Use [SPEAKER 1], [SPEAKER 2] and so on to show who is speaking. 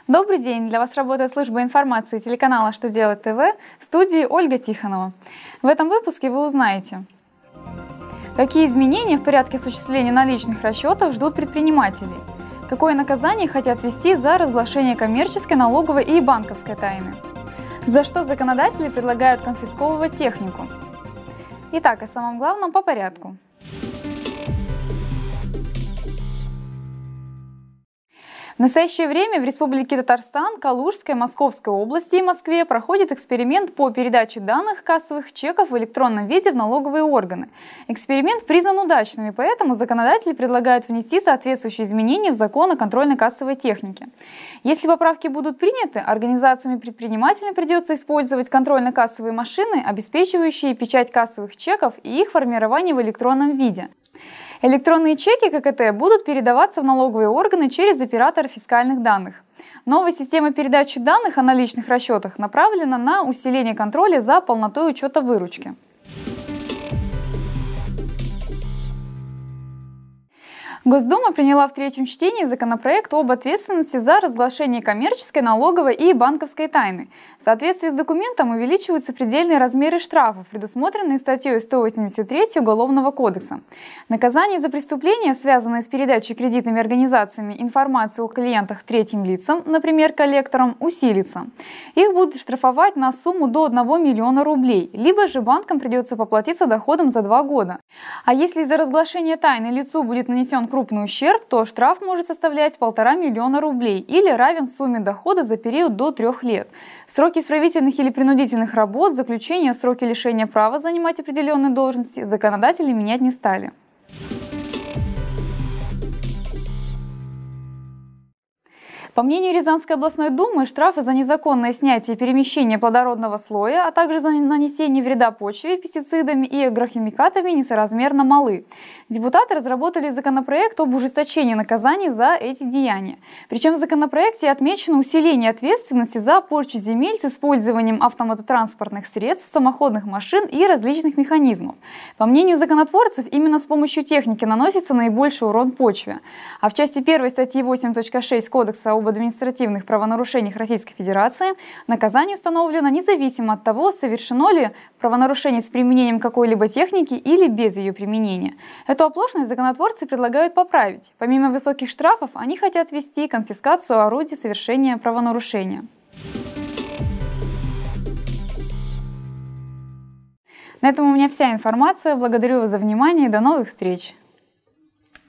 [SPEAKER 1] Добрый день! Для вас работает служба информации телеканала «Что делать ТВ», в студии Ольга Тихонова. В этом выпуске вы узнаете, какие изменения в порядке осуществления наличных расчетов ждут предпринимателей, какое наказание хотят ввести за разглашение коммерческой, налоговой и банковской тайны, за что законодатели предлагают конфисковывать технику. Итак, о самом главном по порядку. В настоящее время в Республике Татарстан, Калужской, Московской области и Москве проходит эксперимент по передаче данных кассовых чеков в электронном виде в налоговые органы. Эксперимент признан удачным, и поэтому законодатели предлагают внести соответствующие изменения в закон о контрольно-кассовой технике. Если поправки будут приняты, организациям и предпринимателям придется использовать контрольно-кассовые машины, обеспечивающие печать кассовых чеков и их формирование в электронном виде. Электронные чеки ККТ будут передаваться в налоговые органы через оператора фискальных данных. Новая система передачи данных о наличных расчетах направлена на усиление контроля за полнотой учета выручки. Госдума приняла в третьем чтении законопроект об ответственности за разглашение коммерческой, налоговой и банковской тайны. В соответствии с документом увеличиваются предельные размеры штрафов, предусмотренные статьей 183 Уголовного кодекса. Наказание за преступления, связанные с передачей кредитными организациями информации о клиентах третьим лицам, например, коллекторам, усилится. Их будут штрафовать на сумму до 1 миллиона рублей, либо же банкам придется поплатиться доходом за 2 года. А если из-за разглашения тайны лицу будет нанесен крупный ущерб, то штраф может составлять 1,5 миллиона рублей или равен сумме дохода за период до 3 лет. Сроки исправительных или принудительных работ, заключения, сроки лишения права занимать определенные должности законодатели менять не стали. По мнению Рязанской областной думы, штрафы за незаконное снятие и перемещение плодородного слоя, а также за нанесение вреда почве пестицидами и агрохимикатами несоразмерно малы. Депутаты разработали законопроект об ужесточении наказаний за эти деяния. Причем в законопроекте отмечено усиление ответственности за порчу земель с использованием автомототранспортных средств, самоходных машин и различных механизмов. По мнению законотворцев, именно с помощью техники наносится наибольший урон почве. А в части 1 статьи 8.6 Кодекса об административных правонарушениях Российской Федерации наказание установлено независимо от того, совершено ли правонарушение с применением какой-либо техники или без ее применения. Эту оплошность законотворцы предлагают поправить. Помимо высоких штрафов, они хотят ввести конфискацию орудий совершения правонарушения. На этом у меня вся информация. Благодарю вас за внимание и до новых встреч!